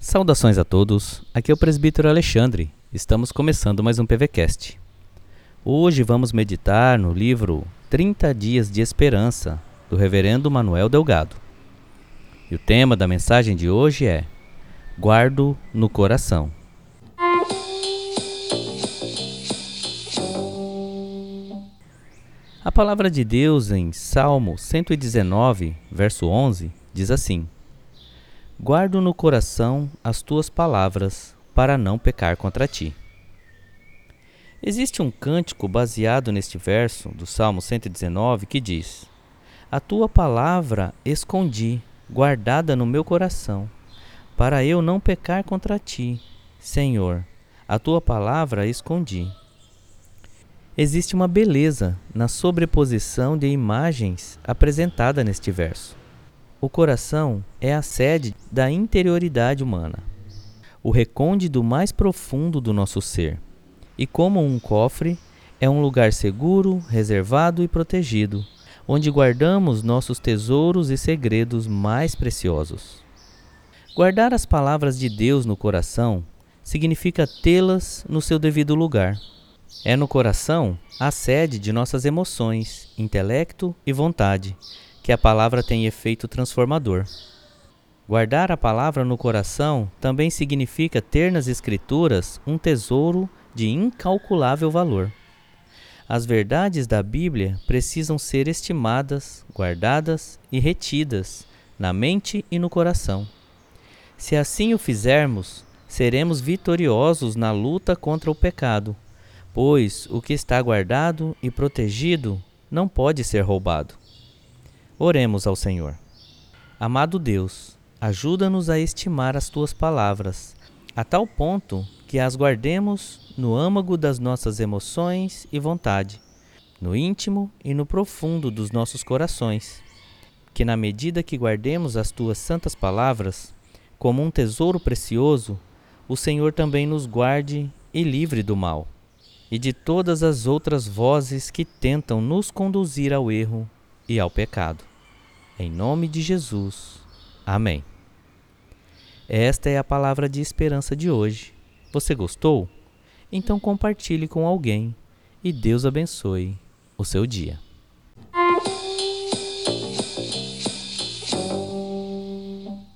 Saudações a todos, aqui é o presbítero Alexandre, estamos começando mais um PVCast. Hoje vamos meditar no livro 30 Dias de Esperança, do reverendo Manuel Delgado. E o tema da mensagem de hoje é Guardo no Coração. A palavra de Deus em Salmo 119, verso 11, diz assim: Guardo no coração as tuas palavras, para não pecar contra ti. Existe um cântico baseado neste verso do Salmo 119 que diz: A tua palavra escondi, guardada no meu coração, para eu não pecar contra ti, Senhor, a tua palavra escondi. Existe uma beleza na sobreposição de imagens apresentada neste verso. O coração é a sede da interioridade humana, o recôndito mais profundo do nosso ser, e como um cofre, é um lugar seguro, reservado e protegido, onde guardamos nossos tesouros e segredos mais preciosos. Guardar as palavras de Deus no coração significa tê-las no seu devido lugar. É no coração a sede de nossas emoções, intelecto e vontade, que a palavra tem efeito transformador. Guardar a palavra no coração também significa ter nas Escrituras um tesouro de incalculável valor. As verdades da Bíblia precisam ser estimadas, guardadas e retidas na mente e no coração. Se assim o fizermos, seremos vitoriosos na luta contra o pecado, pois o que está guardado e protegido não pode ser roubado. Oremos ao Senhor. Amado Deus, ajuda-nos a estimar as tuas palavras, a tal ponto que as guardemos no âmago das nossas emoções e vontade, no íntimo e no profundo dos nossos corações. Que na medida que guardemos as tuas santas palavras, como um tesouro precioso, o Senhor também nos guarde e livre do mal, e de todas as outras vozes que tentam nos conduzir ao erro e ao pecado. Em nome de Jesus. Amém. Esta é a palavra de esperança de hoje. Você gostou? Então compartilhe com alguém e Deus abençoe o seu dia.